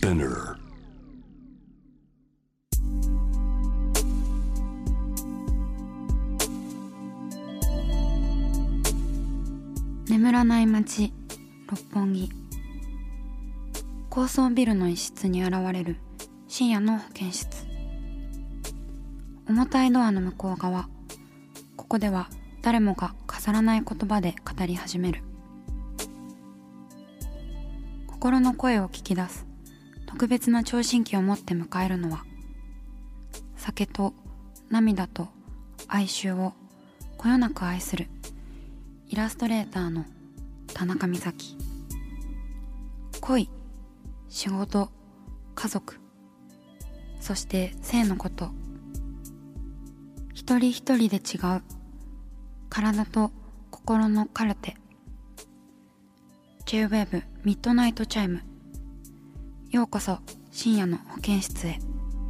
Spinner. 眠らない街六本木。高層ビルの一室に現れる深夜の保健室。重たいドアの向こう側、ここでは誰もが飾らない言葉で語り始める。心の声を聞き出す特別な聴診器を持って迎えるのは、酒と涙と哀愁をこよなく愛するイラストレーターの田中美咲。恋、仕事、家族、そして性のこと、一人一人で違う体と心のカルテ。 J-WAVE ミッドナイトチャイム。ようこそ深夜の保健室へ。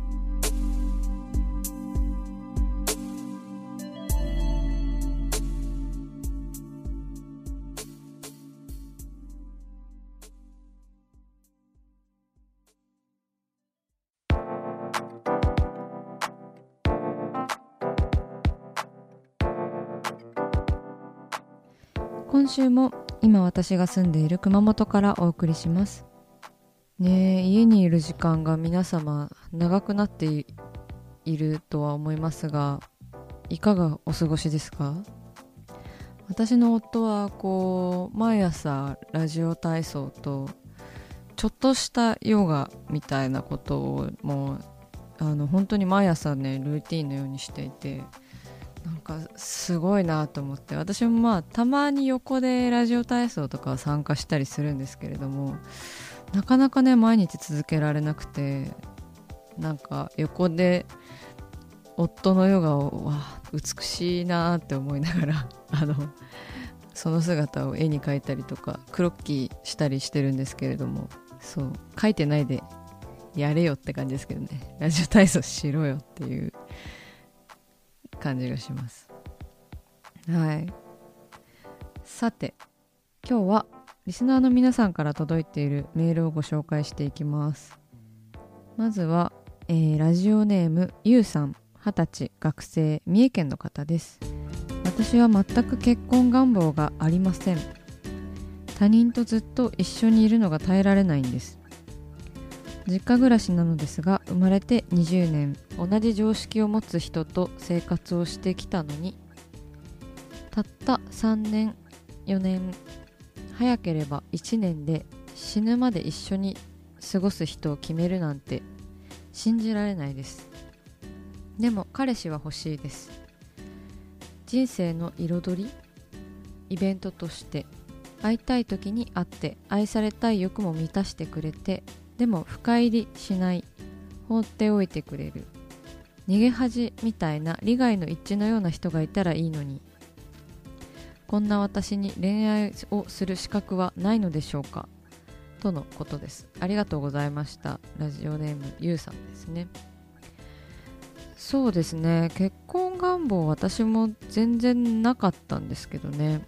今週も今私が住んでいる熊本からお送りしますね。家にいる時間が皆様長くなっているとは思いますが、いかがお過ごしですか？私の夫は毎朝ラジオ体操とちょっとしたヨガみたいなことをもう本当に毎朝ねルーティンのようにしていて、なんかすごいなと思って、私もたまに横でラジオ体操とか参加したりするんですけれども、なかなかね毎日続けられなくて、なんか横で夫のヨガを美しいなって思いながらその姿を絵に描いたりとかクロッキーしたりしてるんですけれども、そう描いてないでやれよって感じですけどね、ラジオ体操しろよっていう感じがします。はい。さて今日はリスナーの皆さんから届いているメールをご紹介していきます。まずは、ラジオネームゆうさん、20歳、学生、三重県の方です。私は全く結婚願望がありません。他人とずっと一緒にいるのが耐えられないんです。実家暮らしなのですが、生まれて20年同じ常識を持つ人と生活をしてきたのに、たった3年4年、早ければ1年で死ぬまで一緒に過ごす人を決めるなんて信じられないです。でも彼氏は欲しいです。人生の彩り、イベントとして会いたい時に会って愛されたい欲も満たしてくれて、でも深入りしない、放っておいてくれる、逃げ恥みたいな利害の一致のような人がいたらいいのに、こんな私に恋愛をする資格はないのでしょうか、とのことです。ありがとうございました。ラジオネームゆうさんですね。そうですね、結婚願望私も全然なかったんですけどね。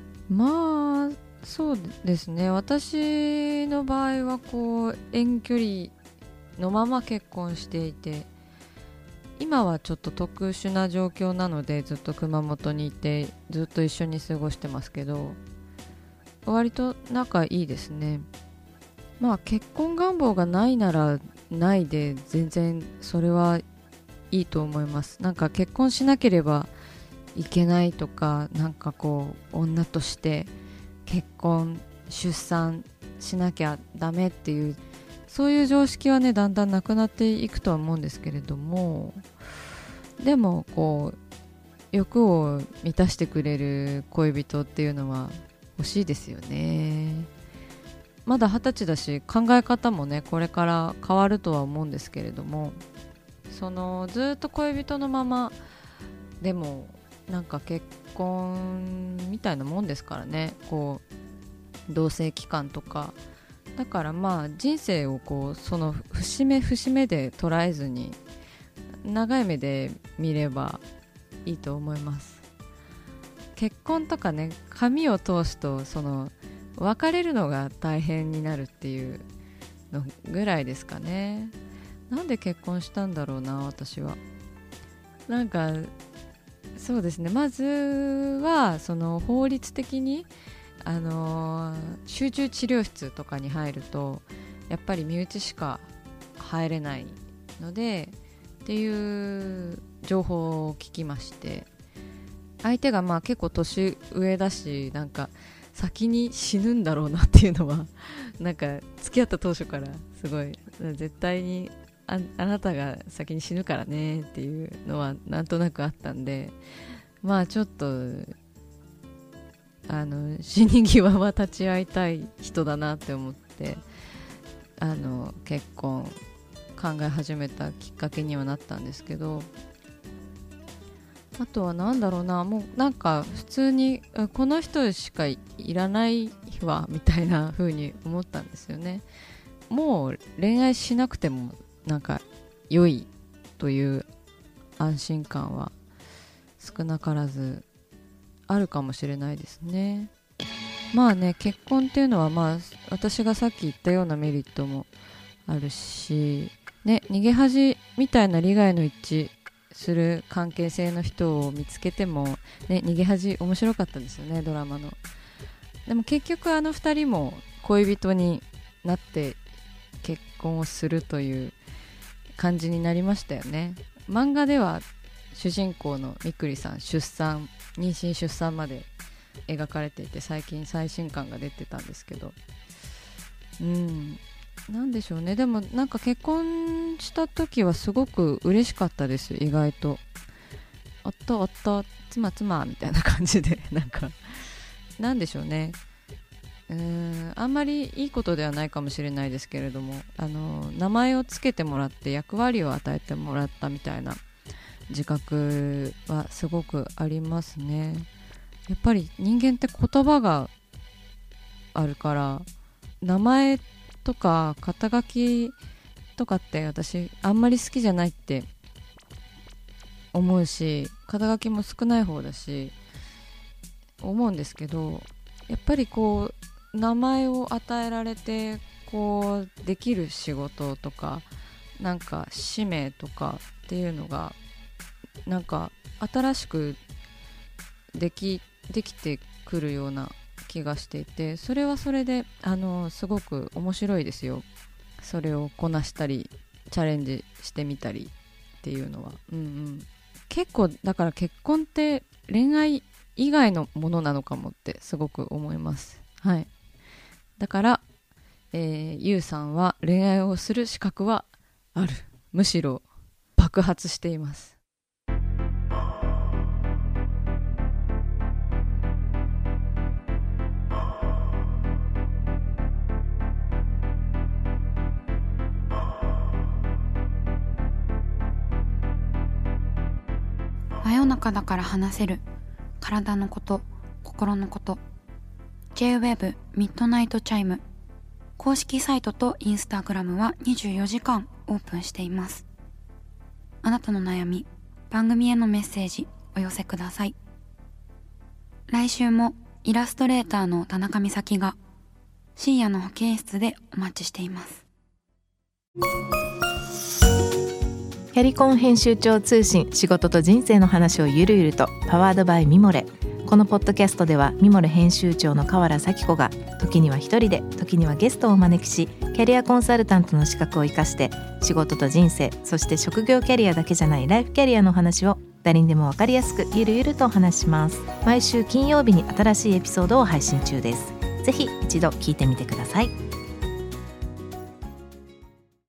そうですね、私の場合は遠距離のまま結婚していて、今はちょっと特殊な状況なのでずっと熊本にいてずっと一緒に過ごしてますけど、割と仲いいですね。結婚願望がないならないで全然それはいいと思います。なんか結婚しなければいけないとか、なんか女として結婚出産しなきゃダメっていう、そういう常識はねだんだんなくなっていくとは思うんですけれども、でも欲を満たしてくれる恋人っていうのは欲しいですよね。まだ20歳だし考え方もねこれから変わるとは思うんですけれども、ずっと恋人のままでもなんか結婚みたいなもんですからね、同棲期間とかだから、人生をその節目節目で捉えずに長い目で見ればいいと思います。結婚とかね、紙を通すと別れるのが大変になるっていうのぐらいですかね。なんで結婚したんだろうな、私は。なんかそうですね、まずはその法律的に集中治療室とかに入るとやっぱり身内しか入れないのでっていう情報を聞きまして、相手がまあ結構年上だし、なんか先に死ぬんだろうなっていうのはなんか付き合った当初からすごい絶対にあなたが先に死ぬからねっていうのはなんとなくあったんで、まあちょっと死に際は立ち会いたい人だなって思って結婚考え始めたきっかけにはなったんですけど、あとはなんだろうな、もうなんか普通にこの人しかいらないわみたいな風に思ったんですよね。もう恋愛しなくてもなんか良いという安心感は少なからずあるかもしれないですね。まあね、結婚っていうのはまあ私がさっき言ったようなメリットもあるし、ね、逃げ恥みたいな利害の一致する関係性の人を見つけても、ね、逃げ恥面白かったですよね、ドラマの。でも結局2人も恋人になって結婚をするという感じになりましたよね。漫画では主人公のみくりさん妊娠出産まで描かれていて、最近最新刊が出てたんですけど、なんでしょうね。でもなんか結婚した時はすごく嬉しかったです。意外と夫妻みたいな感じでなんかなんでしょうね、あんまりいいことではないかもしれないですけれども、名前をつけてもらって役割を与えてもらったみたいな自覚はすごくありますね。やっぱり人間って言葉があるから、名前とか肩書きとかって私あんまり好きじゃないって思うし、肩書きも少ない方だし思うんですけど、やっぱりこう名前を与えられてこうできる仕事とかなんか使命とかっていうのがなんか新しくできてくるような気がしていて、それはそれですごく面白いですよ。それをこなしたりチャレンジしてみたりっていうのは、結構だから結婚って恋愛以外のものなのかもってすごく思います。はい。だから、ゆうさんは恋愛をする資格はある。むしろ爆発しています。 真夜中だから話せる体のこと、心のこと。 J-WAVE ミッドナイトチャイム公式サイトとインスタグラムは24時間オープンしています。あなたの悩み、番組へのメッセージお寄せください。来週もイラストレーターの田中美咲が深夜の保健室でお待ちしています。 キャリコン編集長通信、仕事と人生の話をゆるゆると、パワードバイミモレ。このポッドキャストではミモレ編集長の河原咲子が時には一人で時にはゲストをお招きし、キャリアコンサルタントの資格を生かして仕事と人生、そして職業キャリアだけじゃないライフキャリアの話を誰にでも分かりやすくゆるゆるとお話します。毎週金曜日に新しいエピソードを配信中です。ぜひ一度聞いてみてください。